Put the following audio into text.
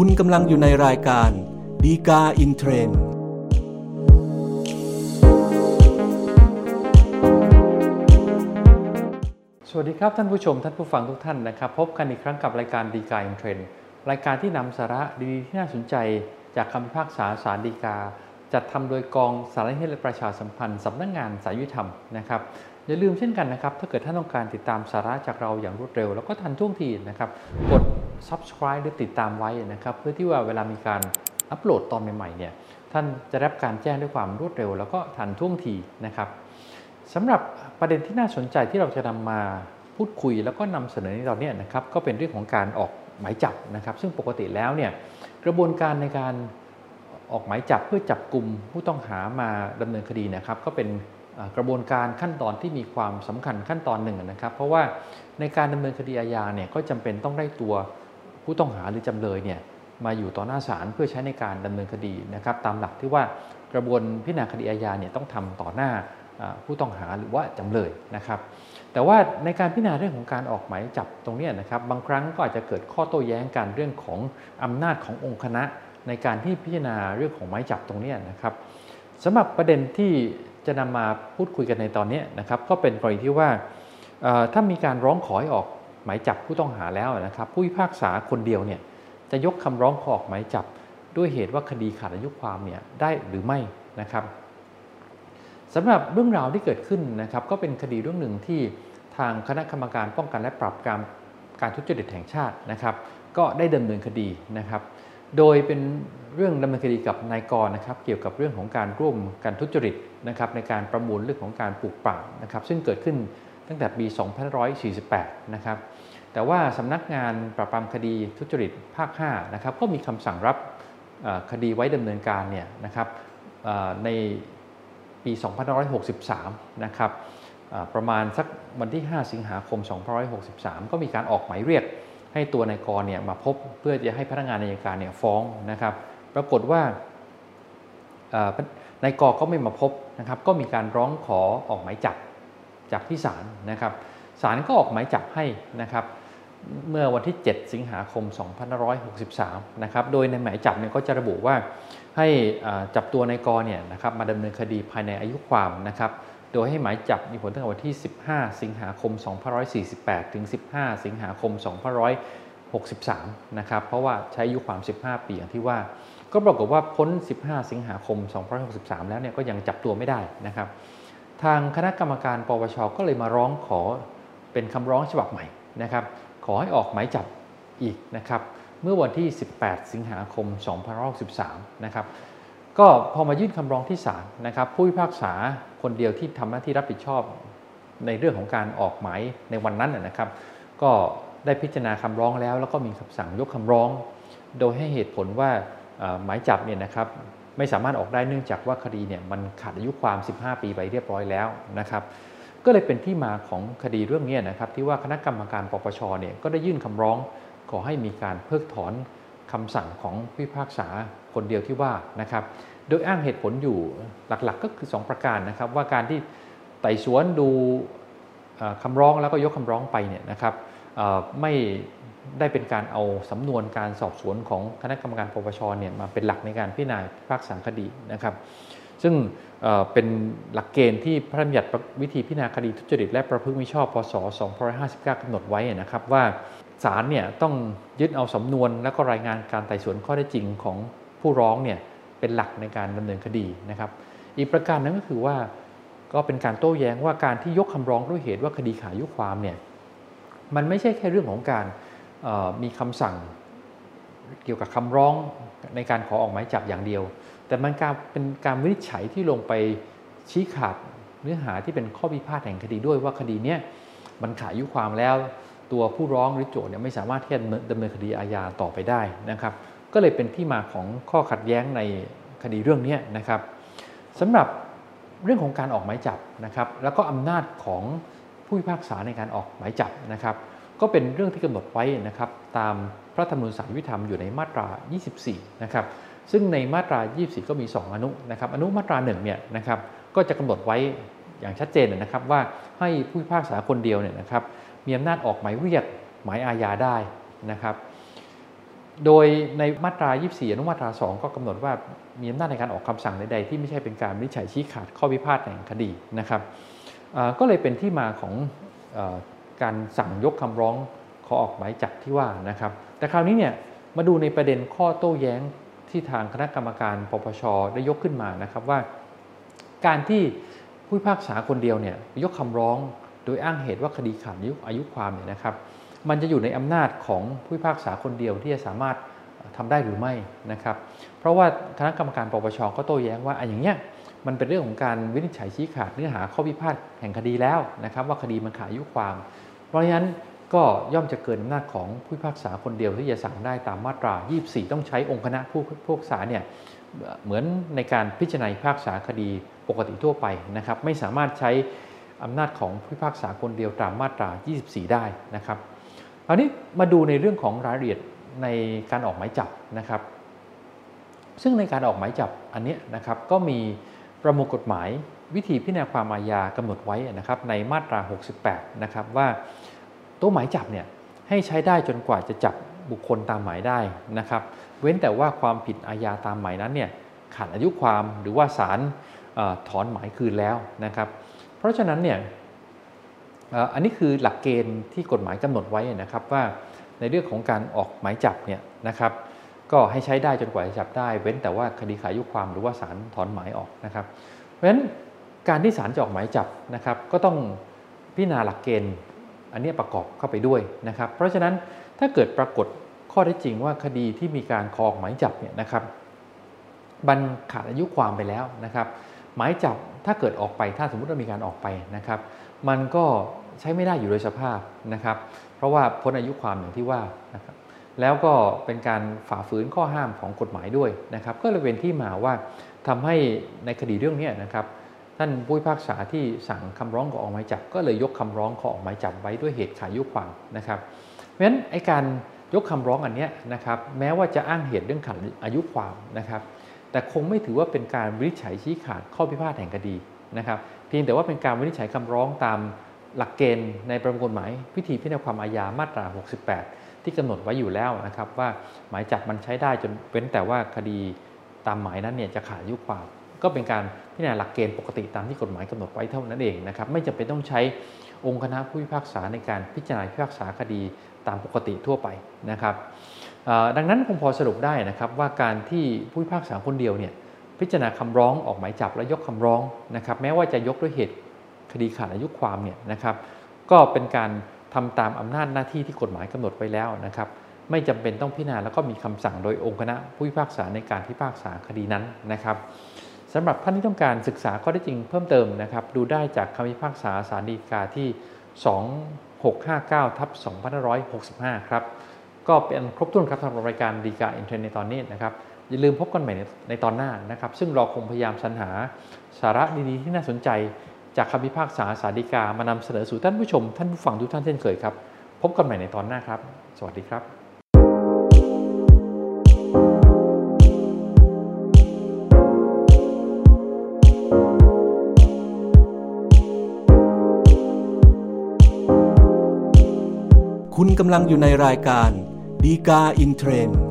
คุณกำลังอยู่ในรายการดีกาอินเทรนด์สวัสดีครับท่านผู้ชมท่านผู้ฟังทุกท่านนะครับพบกันอีกครั้งกับรายการดีกาอินเทรนด์รายการที่นำสาระดีๆที่น่าสนใจจากคำพิพากษาศาลฎีกาจัดทำโดยกองสารนิเทศและประชาสัมพันธ์สำนักงานศาลยุติธรรมนะครับอย่าลืมเช่นกันนะครับถ้าเกิดท่านต้องการติดตามสาระจากเราอย่างรวดเร็วแล้วก็ทันท่วงทีนะครับกด subscribe หรือติดตามไว้นะครับเพื่อที่ว่าเวลามีการอัปโหลดตอนใหม่ๆเนี่ยท่านจะรับการแจ้งด้วยความรวดเร็วแล้วก็ทันท่วงทีนะครับสำหรับประเด็นที่น่าสนใจที่เราจะนำมาพูดคุยแล้วก็นำเสนอในตอนนี้นะครับก็เป็นเรื่องของการออกหมายจับนะครับซึ่งปกติแล้วเนี่ยกระบวนการในการออกหมายจับเพื่อจับกลุ่มผู้ต้องหามาดำเนินคดีนะครับก็เป็นกระบวนการขั้นตอนที่มีความสำคัญขั้นตอนหนึ่งนะครับเพราะว่าในการดำเนินคดีอาญาเนี่ยก็จำเป็นต้องได้ตัวผู้ต้องหาหรือจำเลยเนี่ยมาอยู่ต่อหน้าศาลเพื่อใช้ในการดำเนินคดีนะครับตามหลักที่ว่ากระบวนพิจารณาคดีอาญาเนี่ยต้องทำต่อหน้าผู้ต้องหาหรือว่าจำเลยนะครับแต่ว่าในการพิจารณาเรื่องของการออกหมายจับตรงนี้นะครับบางครั้งก็อาจจะเกิดข้อโต้แย้งกันเรื่องของอำนาจขององค์คณะในการที่พิจารณาเรื่องของหมายจับตรงนี้นะครับสำหรับประเด็นที่จะนำมาพูดคุยกันในตอนนี้นะครับก็เป็นกรณีที่ว่าถ้ามีการร้องขอให้ออกหมายจับผู้ต้องหาแล้วนะครับผู้พิพากษาคนเดียวเนี่ยจะยกคำร้องขอออกหมายจับด้วยเหตุว่าคดีขาดอายุความเนี่ยได้หรือไม่นะครับสำหรับเรื่องราวที่เกิดขึ้นนะครับก็เป็นคดีเรื่องหนึ่งที่ทางคณะกรรมการป้องกันและปราบปรามการทุจริตแห่งชาตินะครับก็ได้ดำเนินคดีนะครับโดยเป็นเรื่องดำเนินคดีกับนายกนะครับเกี่ยวกับเรื่องของการร่วมกันทุจริตนะครับในการประมูลเรื่องของการปลูกป่านะครับซึ่งเกิดขึ้นตั้งแต่ปี2548นะครับแต่ว่าสำนักงานปราบปรามคดีทุจริตภาค5นะครับก็มีคำสั่งรับคดีไว้ดำเนินการเนี่ยนะครับในปี2563นะครับประมาณสักวันที่5สิงหาคม2563ก็มีการออกหมายเรียกให้ตัวนายกเนี่ยมาพบเพื่อจะให้พนักงานอัยการเนี่ยฟ้องนะครับปรากฏว่านายกก็ไม่มาพบนะครับก็มีการร้องขอออกหมายจับจากที่ศาลนะครับศาลก็ออกหมายจับให้นะครับเมื่อวันที่7สิงหาคม2563นะครับโดยในหมายจับเนี่ยก็จะระบุว่าให้จับตัวนายกเนี่ยนะครับมาดำเนินคดีภายในอายุความนะครับโดยให้หมายจับมีผลตั้งแต่วันที่15สิงหาคม2548ถึง15สิงหาคม2563นะครับเพราะว่าใช้อายุความ15ปีอย่างที่ว่าก็ปรากฏว่าพ้น15สิงหาคม2563แล้วเนี่ยก็ยังจับตัวไม่ได้นะครับทางคณะกรรมการปปชก็เลยมาร้องขอเป็นคำร้องฉบับใหม่นะครับขอให้ออกหมายจับอีกนะครับเมื่อวันที่18สิงหาคม2563นะครับก็พอมายื่นคำร้องที่ศาลนะครับผู้พิพากษาคนเดียวที่ทำหน้าที่รับผิดชอบในเรื่องของการออกหมายในวันนั้นนะครับก็ได้พิจารณาคำร้องแล้วก็มีคำสั่งยกคำร้องโดยให้เหตุผลว่าหมายจับเนี่ยนะครับไม่สามารถออกได้เนื่องจากว่าคดีเนี่ยมันขาดอายุความ15ปีไปเรียบร้อยแล้วนะครับก็เลยเป็นที่มาของคดีเรื่องนี้นะครับที่ว่าคณะกรรมการปปชเนี่ยก็ได้ยื่นคำร้องขอให้มีการเพิกถอนคำสั่งของผู้พิพากษาคนเดียวที่ว่านะครับโดยอ้างเหตุผลอยู่หลักๆก็คือ2ประการนะครับว่าการที่ไต่สวนดูคำร้องแล้วก็ยกคำร้องไปเนี่ยนะครับไม่ได้เป็นการเอาสำนวนการสอบสวนของคณะกรรมการปปชเนี่ยมาเป็นหลักในการพิจารณาพิพากษาคดีนะครับซึ่งเป็นหลักเกณฑ์ที่พระราชบัญญัติวิธีพิจารณาคดีทุจริตและประพฤติมิชอบพศ2559กำหนดไว้นะครับว่าศาลเนี่ยต้องยึดเอาสำนวนและก็รายงานการไต่สวนข้อเท็จจริงของผู้ร้องเนี่ยเป็นหลักในการดำเนินคดีนะครับอีกประการนึงก็คือว่าก็เป็นการโต้แย้งว่าการที่ยกคำร้องด้วยเหตุว่าคดีขาดอายุความเนี่ยมันไม่ใช่แค่เรื่องของการมีคำสั่งเกี่ยวกับคำร้องในการขอออกหมายจับอย่างเดียวแต่มันเป็นการวินิจฉัยที่ลงไปชี้ขาดเนื้อหาที่เป็นข้อพิพาทแห่งคดีด้วยว่าคดีนี้มันขาดอายุความแล้วตัวผู้ร้องหรือโจทก์เนี่ยไม่สามารถที่จะดำเนินคดีอาญาต่อไปได้นะครับก็เลยเป็นที่มาของข้อขัดแย้งในคดีเรื่องนี้นะครับสำหรับเรื่องของการออกหมายจับนะครับแล้วก็อำนาจของผู้พิพากษาในการออกหมายจับนะครับก็เป็นเรื่องที่กำหนดไว้นะครับตามพระธรรมนูญศาลยุติธรรมอยู่ในมาตรา24นะครับซึ่งในมาตรา24ก็มี2อนุนะครับอนุมาตรา1เนี่ยนะครับก็จะกำหนดไว้อย่างชัดเจนนะครับว่าให้ผู้พิพากษาคนเดียวเนี่ยนะครับมีอำนาจออกหมายเรียกหมายอาญาได้นะครับโดยในมาตรา 24 อนุมาตรา 2 ก็กำหนดว่ามีอำนาจในการออกคำสั่งใดๆที่ไม่ใช่เป็นการวินิจฉัยชี้ขาดข้อพิพาทแห่งคดีนะครับก็เลยเป็นที่มาของการสั่งยกคำร้องขอออกหมายจับที่ว่านะครับแต่คราวนี้เนี่ยมาดูในประเด็นข้อโต้แย้งที่ทางคณะกรรมการปปช.ได้ยกขึ้นมานะครับว่าการที่ผู้พิพากษาคนเดียวเนี่ยยกคำร้องโดยอ้างเหตุว่าคดีขาดอายุความเนี่ยนะครับมันจะอยู่ในอำนาจของผู้พิพากษาคนเดียวที่จะสามารถทำได้หรือไม่นะครับเพราะว่าคณะกรรมการปปช.ก็โต้แย้งว่าอย่างเงี้ยมันเป็นเรื่องของการวินิจฉัยชี้ขาดเนื้อหาข้อพิพาทแห่งคดีแล้วนะครับว่าคดีมันขาดอายุความเพราะฉะนั้นก็ย่อมจะเกินอำนาจของผู้พิพากษาคนเดียวที่จะสั่งได้ตามมาตรา 24 ต้องใช้องค์คณะผู้พิพากษาเนี่ยเหมือนในการพิจารณาพิพากษาคดีปกติทั่วไปนะครับไม่สามารถใช้อำนาจของผู้พิพากษาคนเดียวตามมาตรา 24 ได้นะครับคราวนี้มาดูในเรื่องของรายละเอียดในการออกหมายจับนะครับซึ่งในการออกหมายจับอันนี้นะครับก็มีประมวลกฎหมายวิธีพิจารณาความอาญากำหนดไว้นะครับในมาตรา 68 นะครับว่าตัวหมายจับเนี่ยให้ใช้ได้จนกว่าจะจับบุคคลตามหมายได้นะครับเว้นแต่ว่าความผิดอาญาตามหมายนั้นเนี่ยขาดอายุความหรือว่าศาลถอนหมายคืนแล้วนะครับเพราะฉะนั้นเนี่ยอันนี้คือหลักเกณฑ์ที่กฎหมายกำหนดไว้นะครับว่าในเรื่องของการออกหมายจับเนี่ยนะครับก็ให้ใช้ได้จนกว่าจะจับได้เว้นแต่ว่าคดีขาดอายุความหรือว่าศาลถอนหมายออกนะครับเพราะฉะนั้นการที่ศาลจะออกหมายจับนะครับก็ต้องพิจารณาหลักเกณฑ์อันนี้ประกอบเข้าไปด้วยนะครับเพราะฉะนั้นถ้าเกิดปรากฏข้อเท็จจริงว่าคดีที่มีการขอออกหมายจับเนี่ยนะครับมันขาดอายุความไปแล้วนะครับหมายจับถ้าเกิดออกไปถ้าสมมุติว่ามีการออกไปนะครับมันก็ใช้ไม่ได้อยู่โดยสภาพนะครับเพราะว่าพ้นอายุความอย่างที่ว่านะครับแล้วก็เป็นการฝ่าฝืนข้อห้ามของกฎหมายด้วยนะครับก็เลยเป็นที่มาว่าทำให้ในคดีเรื่องนี้นะครับท่านผู้พิพากษาที่สั่งคำร้องขอออกหมายจับก็เลยยกคำร้องขอออกหมายจับไว้ด้วยเหตุขาดอายุความนะครับเพราะฉะนั้นไอ้การยกคำร้องอันนี้นะครับแม้ว่าจะอ้างเหตุเรื่องขาดอายุความนะครับแต่คงไม่ถือว่าเป็นการวินิจฉัยชี้ขาดข้อพิพาทแห่งคดีนะครับเพียงแต่ว่าเป็นการวินิจฉัยคำร้องตามหลักเกณฑ์ในประมวลกฎหมายวิธีพิจารณาความอาญามาตรา 68 ที่กำหนดไว้อยู่แล้วนะครับว่าหมายจับมันใช้ได้จนเว้นแต่ว่าคดีตามหมายนั้นเนี่ยจะขาดอายุความก็เป็นการพิจารณาหลักเกณฑ์ปกติตามที่กฎหมายกำหนดไว้เท่านั้นเองนะครับไม่จำเป็นต้องใช้องค์คณะผู้พิพากษาในการพิจารณาพิพากษาคดีตามปกติทั่วไปนะครับดังนั้นคงพอสรุปได้นะครับว่าการที่ผู้พิพากษาคนเดียวเนี่ยพิจารณาคำร้องออกหมายจับและยกคำร้องนะครับแม้ว่าจะยกด้วยเหตุคดีขาดอายุความเนี่ยนะครับก็เป็นการทำตามอำนาจหน้าที่ที่กฎหมายกำหนดไว้แล้วนะครับไม่จำเป็นต้องพิจารณาแล้วก็มีคำสั่งโดยองค์คณะผู้พิพากษาในการพิพากษาคดีนั้นนะครับสำหรับท่านที่ต้องการศึกษาข้อเท็จจริงเพิ่มเติมนะครับดูได้จากคำพิพากษาศาลฎีกาที่ 2659/2565 ครับก็เป็นครบถ้วนครับสำหรับรายการฎีกาอินเทรนด์ในตอนนี้นะครับอย่าลืมพบกันใหม่ในตอนหน้านะครับซึ่งเราคงพยายามสรรหาสาระดีๆที่น่าสนใจจากคำพิพากษาศาลฎีกามานำเสนอสู่ท่านผู้ชมท่านผู้ฟังทุกท่านเช่นเคยครับพบกันใหม่ในตอนหน้าครับสวัสดีครับคุณกำลังอยู่ในรายการฎีกาอินเทรนด์